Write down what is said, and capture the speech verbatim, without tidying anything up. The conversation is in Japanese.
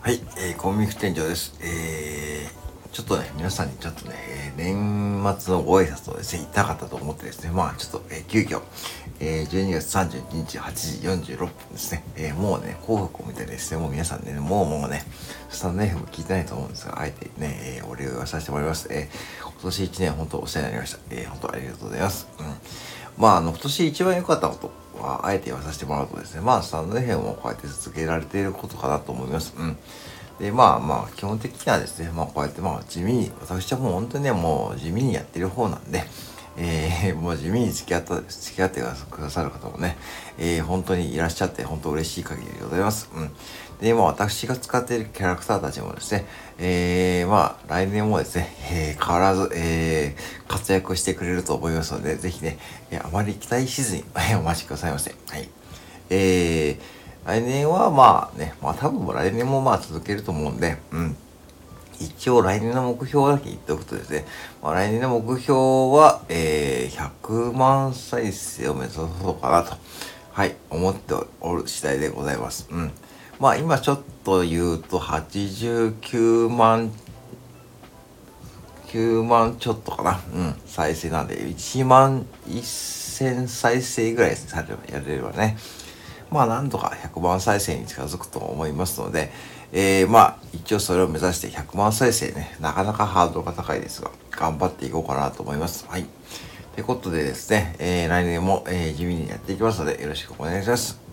はい、えー、コンビニ店長です。えー、ちょっとね、皆さんにちょっとね、えー年末のご挨拶をですね、言いたかったと思ってですね、まあちょっと、えー急遽、えー、じゅうにがつさんじゅうににちはちじよんじゅうろっぷんですね、えーもうね、紅白を見てですね、もう皆さんね、もうもうね、スタンド エフエム 聞いてないと思うんですが、あえてね、えーお礼を言わさせてもらいます。えー今年いちねん本当お世話になりました。えー本当ありがとうございます。うん。まあ、あの、今年一番良かったことは、あえて言わさせてもらうとですね、まあ、スタンド エフエム をこうやって続けられていることかなと思います。うん。で、まあまあ、基本的にはですね、まあ、こうやってまあ、地味に、私はもう本当にね、もう地味にやってる方なんで、えー、もう地味に付き合った、付き合ってくださる方もね、えー、本当にいらっしゃって、本当嬉しい限りでございます。うん。で、まあ、私が使っているキャラクターたちもですね、えー、まあ、来年もですね、えー、変わらず、えー、活躍してくれると思いますので、ぜひね、えーあまり期待しずにお待ちくださいませ。はい。えー、来年はまあね、まあ多分来年もまあ続けると思うんで、うん。一応来年の目標だけ言っておくとですね、まあ、来年の目標は、えー、ひゃくまん再生を目指そうかなと、はい、思っておる次第でございます。うん。まあ今ちょっと言うとはちじゅうきゅうまん、きゅうまんちょっとかな。うん。再生なんで、いちまんせん再生ぐらいされればやれればね。まあなんとかひゃくまん再生に近づくと思いますので、えー、まあ一応それを目指してひゃくまん再生ね、なかなかハードルが高いですが、頑張っていこうかなと思います。はい。ということでですね、えー、来年も、えー、地味にやっていきますので、よろしくお願いします。